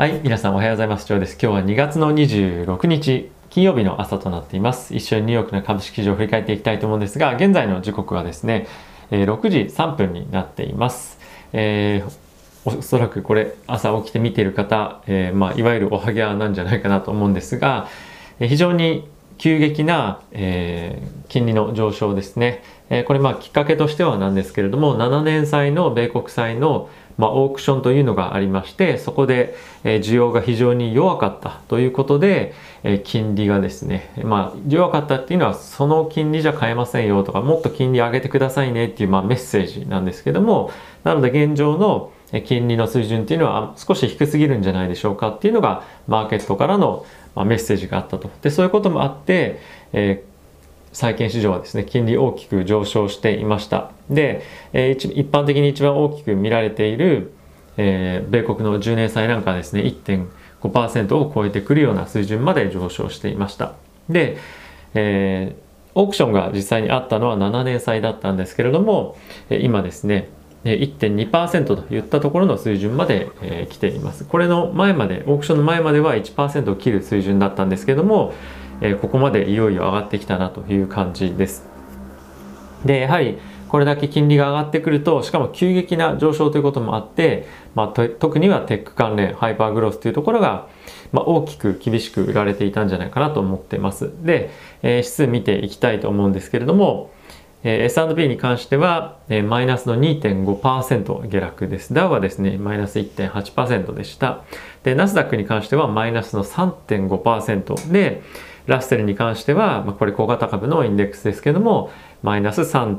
はい、皆さんおはようございます。ジョーです。今日は2月の26日、金曜日の朝となっています。一緒にニューヨークの株式市場を振り返っていきたいと思うんですが、現在の時刻はですね、6時3分になっています。おそらくこれ朝起きて見ている方、いわゆるおはぎゃなんじゃないかなと思うんですが、非常に急激な、金利の上昇ですね。これきっかけとしてはなんですけれども、7年債の米国債のオークションというのがありまして、そこで需要が非常に弱かったということで、金利がですね、弱かったっていうのはその金利じゃ買えませんよとか、もっと金利上げてくださいねっていうメッセージなんですけども、なので現状の金利の水準っていうのは少し低すぎるんじゃないでしょうかっていうのがマーケットからのメッセージがあったと。で、そういうこともあって、債券市場はですね、金利大きく上昇していました。で、一般的に一番大きく見られている、米国の10年債なんかはですね、1.5% を超えてくるような水準まで上昇していました。で、オークションが実際にあったのは7年債だったんですけれども、今ですね、1.2% といったところの水準まで、来ています。これの前まで、オークションの前までは 1% を切る水準だったんですけども、ここまでいよいよ上がってきたなという感じです。で、やはりこれだけ金利が上がってくると、しかも急激な上昇ということもあって、特にはテック関連、ハイパーグロースというところが、大きく厳しく売られていたんじゃないかなと思っています。で、指数見ていきたいと思うんですけれども、S&P に関しては、マイナスの 2.5% 下落です。ダウはですね、マイナス 1.8% でした。で、ナスダックに関してはマイナスの 3.5% で、ラッセルに関しては、これ小型株のインデックスですけども、マイナス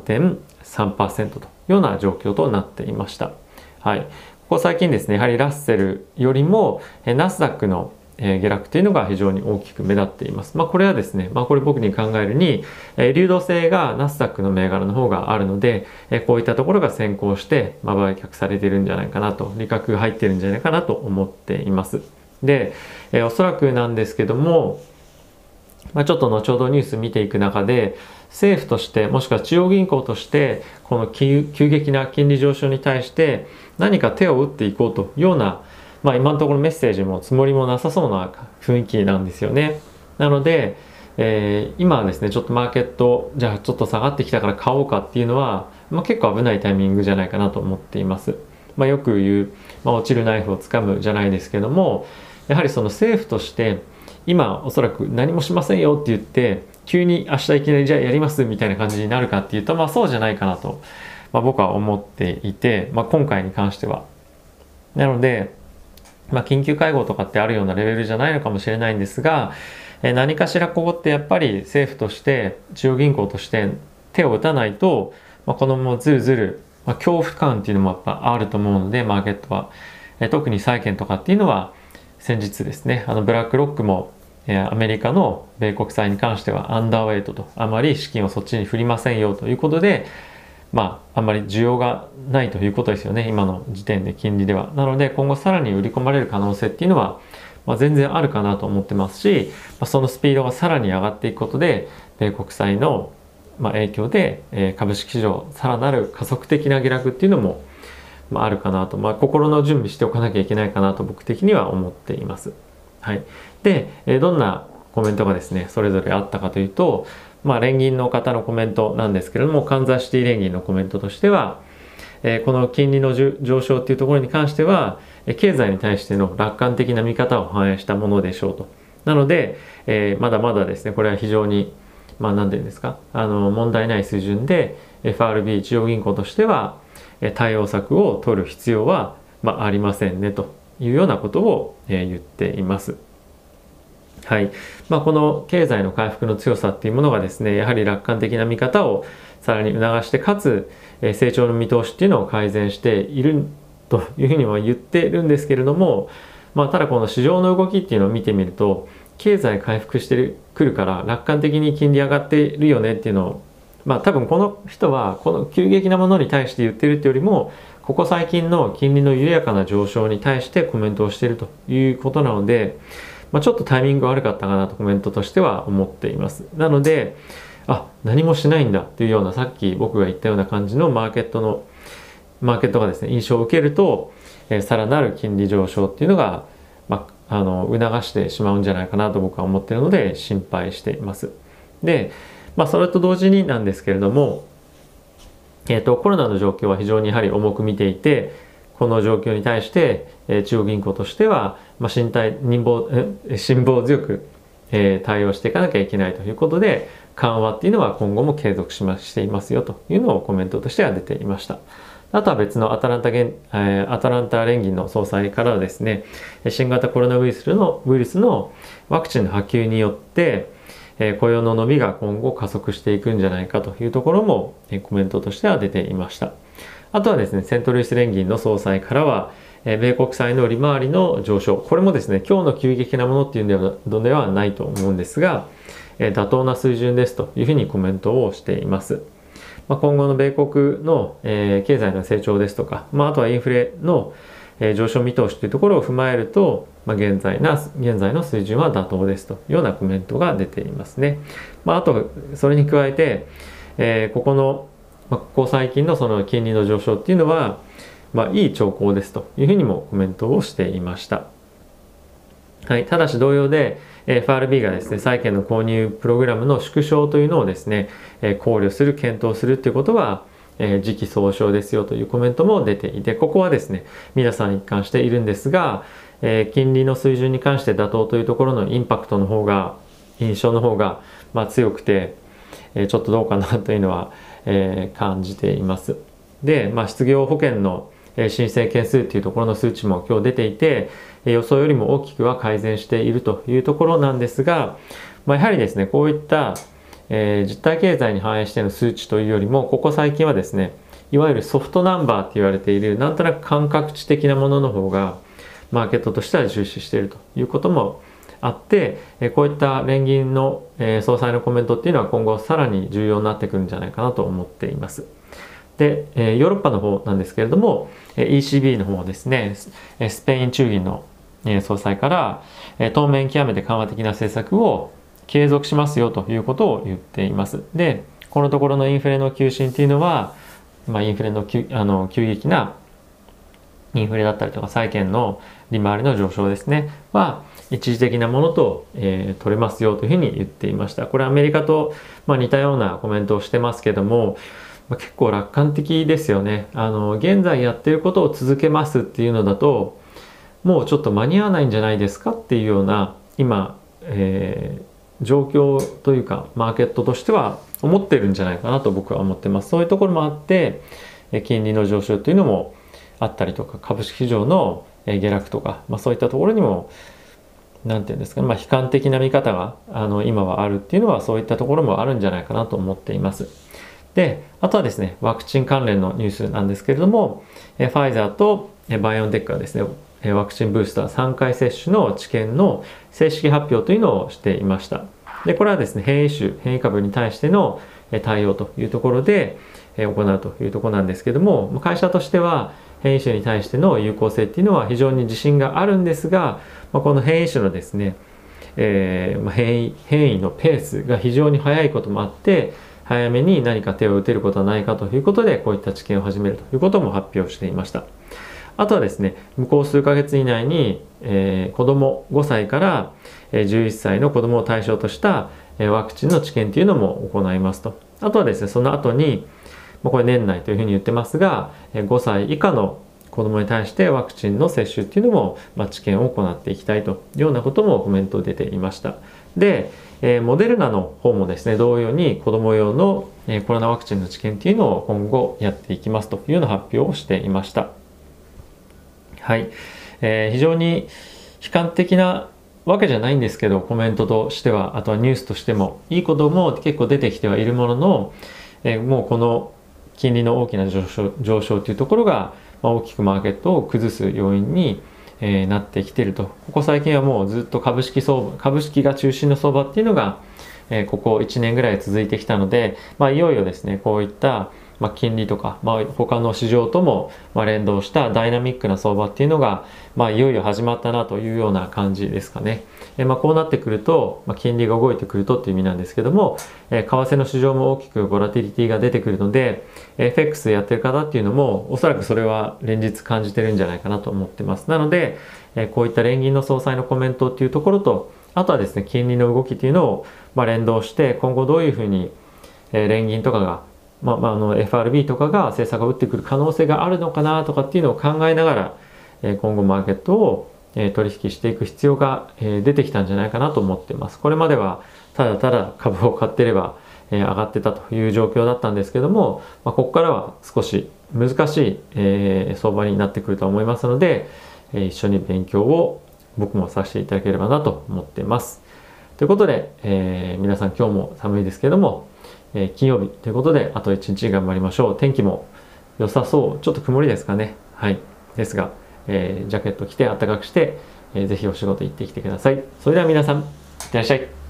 3.3% というような状況となっていました。はい。ここ最近ですね、やはりラッセルよりも、ナスダックの下落というのが非常に大きく目立っています。これはですね、これ僕に考えるに、流動性がナスダックの銘柄の方があるので、こういったところが先行して、売却されているんじゃないかなと、利確が入っているんじゃないかなと思っています。で、おそらくなんですけども、ちょっと後ほどニュース見ていく中で、政府としてもしくは中央銀行としてこの急激な金利上昇に対して何か手を打っていこうというような、今のところメッセージもつもりもなさそうな雰囲気なんですよね。なので、今はですねちょっとマーケットじゃあちょっと下がってきたから買おうかっていうのは、結構危ないタイミングじゃないかなと思っています。よく言う、落ちるナイフをつかむじゃないですけども、やはりその政府として今おそらく何もしませんよって言って急に明日いきなりじゃあやりますみたいな感じになるかっていうとそうじゃないかなと、僕は思っていて、今回に関してはなので、緊急会合とかってあるようなレベルじゃないのかもしれないんですが、何かしらここってやっぱり政府として中央銀行として手を打たないと、このままずるずる、恐怖感っていうのもやっぱあると思うのでマーケットは、特に債券とかっていうのは先日ですねブラックロックもアメリカの米国債に関してはアンダーウェイトと、あまり資金をそっちに振りませんよということで、あんまり需要がないということですよね、今の時点で金利では。なので今後さらに売り込まれる可能性っていうのは、全然あるかなと思ってますし、そのスピードがさらに上がっていくことで米国債の影響で株式市場さらなる加速的な下落っていうのもあるかなと、心の準備しておかなきゃいけないかなと僕的には思っています。はい。で、どんなコメントがですねそれぞれあったかというと、連銀の方のコメントなんですけれども、カンザスシティ連銀のコメントとしては、この金利の上昇っていうところに関しては経済に対しての楽観的な見方を反映したものでしょうと。なので、まだまだですねこれは非常に何て言うんですか、問題ない水準で FRB 中央銀行としては対応策を取る必要はありませんねというようなことを言っています。はい。この経済の回復の強さっていうものがですね、やはり楽観的な見方をさらに促して、かつ成長の見通しっていうのを改善しているというふうには言ってるんですけれども、ただこの市場の動きっていうのを見てみると、経済回復してくるから楽観的に金利上がってるよねっていうのを、多分この人はこの急激なものに対して言ってるっていうよりも、ここ最近の金利の緩やかな上昇に対してコメントをしているということなので、ちょっとタイミング悪かったかなとコメントとしては思っています。なので、何もしないんだっていうような、さっき僕が言ったような感じのマーケットがですね印象を受けると、さらなる金利上昇っていうのが、 促してしまうんじゃないかなと僕は思っているので心配しています。で、それと同時になんですけれども、コロナの状況は非常にやはり重く見ていて、この状況に対して、中央銀行としては、辛抱強く、対応していかなきゃいけないということで、緩和っていうのは今後も継続していますよというのをコメントとしては出ていました。あとは別のアタランタ連銀の総裁からはですね、新型コロナウイルスのワクチンの波及によって、雇用の伸びが今後加速していくんじゃないかというところもコメントとしては出ていました。あとはですね、セントルイス連銀の総裁からは、米国債の利回りの上昇、これもですね、今日の急激なものっていうのではないと思うんですが、妥当な水準ですというふうにコメントをしています。今後の米国の経済の成長ですとか、あとはインフレの上昇見通しというところを踏まえると、現在の水準は妥当ですというようなコメントが出ていますね。あとそれに加えて、ここ最近のその金利の上昇っていうのは、いい兆候ですというふうにもコメントをしていました。はい、ただし同様で FRB がですね、債券の購入プログラムの縮小というのをですね、考慮する、検討するということは、時期尚早ですよというコメントも出ていて、ここはですね、皆さん一貫しているんですが、金利の水準に関して妥当というところの印象の方が、強くて、ちょっとどうかなというのは、感じています。で、失業保険の申請件数というところの数値も今日出ていて、予想よりも大きくは改善しているというところなんですが、やはりですね、こういった、実体経済に反映しての数値というよりも、ここ最近はですね、いわゆるソフトナンバーって言われている、なんとなく感覚値的なものの方がマーケットとしては重視しているということもあって、こういった連銀の総裁のコメントっていうのは今後さらに重要になってくるんじゃないかなと思っています。で、ヨーロッパの方なんですけれども、ECB の方はですね、スペイン中銀の総裁から当面極めて緩和的な政策を継続しますよということを言っています。で、このところのインフレの急進というのは、インフレの急激なインフレだったりとか債券の利回りの上昇ですねは一時的なものと、取れますよというふうに言っていました。これはアメリカと、似たようなコメントをしてますけども、結構楽観的ですよね。現在やっていることを続けますっていうのだと、もうちょっと間に合わないんじゃないですかっていうような今、状況というかマーケットとしては思ってるんじゃないかなと僕は思ってます。そういうところもあって金利の上昇というのもあったりとか、株式市場の下落とか、そういったところにもなんていうんですかね、悲観的な見方が今はあるっていうのはそういったところもあるんじゃないかなと思っています。で、あとはですね、ワクチン関連のニュースなんですけれども、ファイザーとバイオンテックがですね、ワクチンブースター3回接種の治験の正式発表というのをしていました。で、これはですね、変異株に対しての対応というところで行うというところなんですけども、会社としては変異種に対しての有効性っていうのは非常に自信があるんですが、この変異種のですね、変異のペースが非常に速いこともあって、早めに何か手を打てることはないかということで、こういった治験を始めるということも発表していました。あとはですね、向こう数ヶ月以内に、子供5歳から11歳の子供を対象としたワクチンの治験というのも行いますと。あとはですね、その後に、これ年内というふうに言ってますが、5歳以下の子供に対してワクチンの接種っていうのも、治験を行っていきたいというようなこともコメント出ていました。で、モデルナの方もですね、同様に子供用のコロナワクチンの治験っていうのを今後やっていきますというような発表をしていました。はい、非常に悲観的なわけじゃないんですけど、コメントとしては、あとはニュースとしてもいいことも結構出てきてはいるものの、もうこの金利の大きな上昇というところが、大きくマーケットを崩す要因になってきていると。ここ最近はもうずっと株式が中心の相場っていうのがここ1年ぐらい続いてきたので、いよいよですね、こういった金利とか、他の市場とも連動したダイナミックな相場っていうのが、いよいよ始まったなというような感じですかね。こうなってくると、金利が動いてくるとっていう意味なんですけども、為替の市場も大きくボラティリティが出てくるので、FX やってる方っていうのもおそらくそれは連日感じてるんじゃないかなと思ってます。なので、こういった連銀の総裁のコメントっていうところと、あとはですね、金利の動きっていうのを連動して、今後どういうふうに連銀とかが、FRB とかが政策を打ってくる可能性があるのかなとかっていうのを考えながら、今後マーケットを取引していく必要が出てきたんじゃないかなと思っています。これまではただただ株を買ってれば上がってたという状況だったんですけども、ここからは少し難しい相場になってくると思いますので、一緒に勉強を僕もさせていただければなと思っています。ということで、皆さん今日も寒いですけども、金曜日ということで、あと一日頑張りましょう。天気も良さそう。ちょっと曇りですかね。はい。ですが、ジャケット着て暖かくして、ぜひお仕事行ってきてください。それでは皆さん、いってらっしゃい。